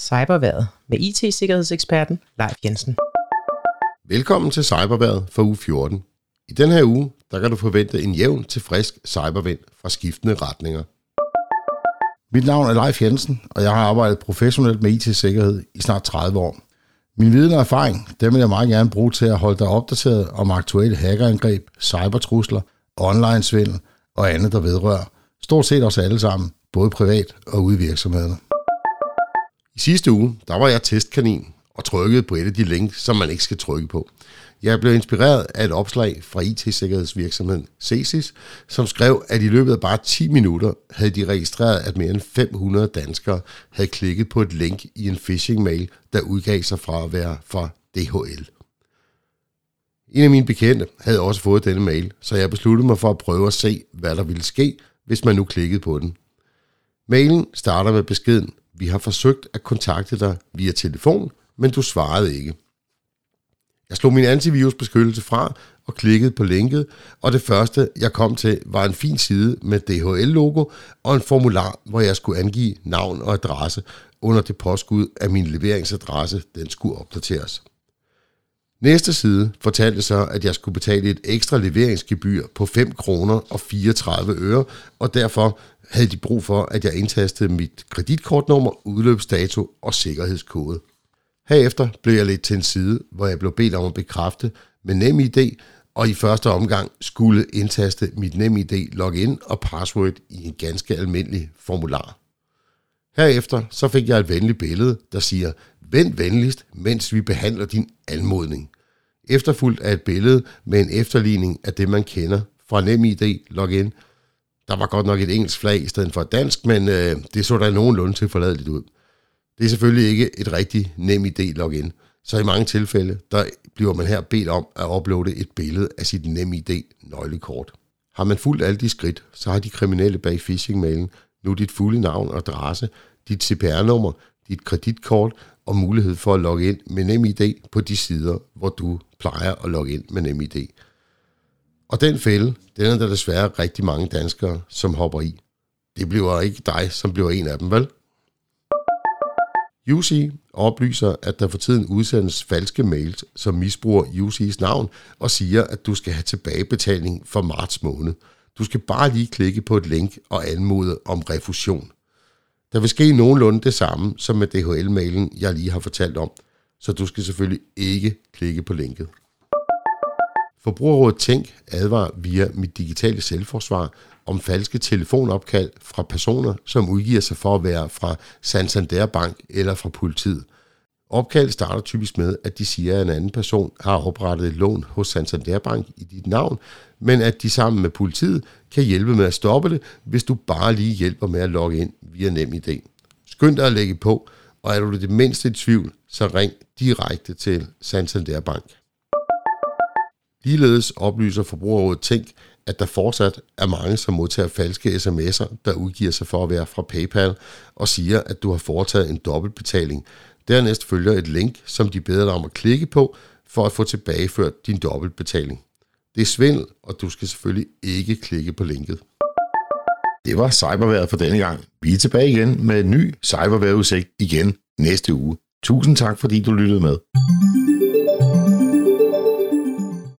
Cyberværet med IT-sikkerhedseksperten Leif Jensen. Velkommen til Cyberværet for uge 14. I den her uge, der kan du forvente en jævn til frisk cybervind fra skiftende retninger. Mit navn er Leif Jensen, og jeg har arbejdet professionelt med IT-sikkerhed i snart 30 år. Min viden og erfaring, dem vil jeg meget gerne bruge til at holde dig opdateret om aktuelle hackerangreb, cybertrusler, online-svindel og andet, der vedrører stort set os alle sammen, både privat og ude i virksomhederne. I sidste uge, der var jeg testkanin og trykkede på et af de links, som man ikke skal trykke på. Jeg blev inspireret af et opslag fra IT-sikkerhedsvirksomheden Cesys, som skrev, at i løbet af bare 10 minutter havde de registreret, at mere end 500 danskere havde klikket på et link i en phishing-mail, der udgav sig fra at være fra DHL. En af mine bekendte havde også fået denne mail, så jeg besluttede mig for at prøve at se, hvad der ville ske, hvis man nu klikkede på den. Mailen starter med beskeden: "Vi har forsøgt at kontakte dig via telefon, men du svarede ikke." Jeg slog min antivirusbeskyttelse fra og klikkede på linket, og det første, jeg kom til, var en fin side med DHL-logo og en formular, hvor jeg skulle angive navn og adresse under det påskud, at min leveringsadresse den skulle opdateres. Næste side fortalte så, at jeg skulle betale et ekstra leveringsgebyr på 5 kroner og 34 øre, og derfor havde de brug for, at jeg indtastede mit kreditkortnummer, udløbsdato og sikkerhedskode. Herefter blev jeg ledt til en side, hvor jeg blev bedt om at bekræfte med NemID, og i første omgang skulle indtaste mit NemID login og password i en ganske almindelig formular. Herefter så fik jeg et venligt billede, der siger: "Vent venligst, mens vi behandler din anmodning." Efterfulgt af et billede med en efterligning af det, man kender fra NemID login. Der var godt nok et engelsk flag i stedet for et dansk, men det så da nogenlunde tilforladeligt ud. Det er selvfølgelig ikke et rigtigt NemID-login, så i mange tilfælde, der bliver man her bedt om at uploade et billede af sit NemID-nøglekort. Har man fulgt alle de skridt, så har de kriminelle bag phishing-mailen nu dit fulde navn og adresse, dit CPR-nummer, dit kreditkort og mulighed for at logge ind med NemID på de sider, hvor du plejer at logge ind med NemID. Og den fælde, den er der desværre rigtig mange danskere, som hopper i. Det bliver ikke dig, som bliver en af dem, vel? UC oplyser, at der for tiden udsendes falske mails, som misbruger UC's navn og siger, at du skal have tilbagebetaling for marts måned. Du skal bare lige klikke på et link og anmode om refusion. Der vil ske nogenlunde det samme som med DHL-mailen, jeg lige har fortalt om, så du skal selvfølgelig ikke klikke på linket. Forbrugerrådet Tænk advarer via Mit Digitale Selvforsvar om falske telefonopkald fra personer, som udgiver sig for at være fra Santander Bank eller fra politiet. Opkald starter typisk med, at de siger, at en anden person har oprettet et lån hos Santander Bank i dit navn, men at de sammen med politiet kan hjælpe med at stoppe det, hvis du bare lige hjælper med at logge ind via NemID. Skynd dig at lægge på, og er du det mindste i tvivl, så ring direkte til Santander Bank. Ligeledes oplyser Forbrugerrådet Tænk, at der fortsat er mange, som modtager falske sms'er, der udgiver sig for at være fra PayPal og siger, at du har foretaget en dobbeltbetaling. Dernæst følger et link, som de beder dig om at klikke på, for at få tilbageført din dobbeltbetaling. Det er svindel, og du skal selvfølgelig ikke klikke på linket. Det var Cyberværet for denne gang. Vi er tilbage igen med en ny cyberværetudsigt igen næste uge. Tusind tak, fordi du lyttede med.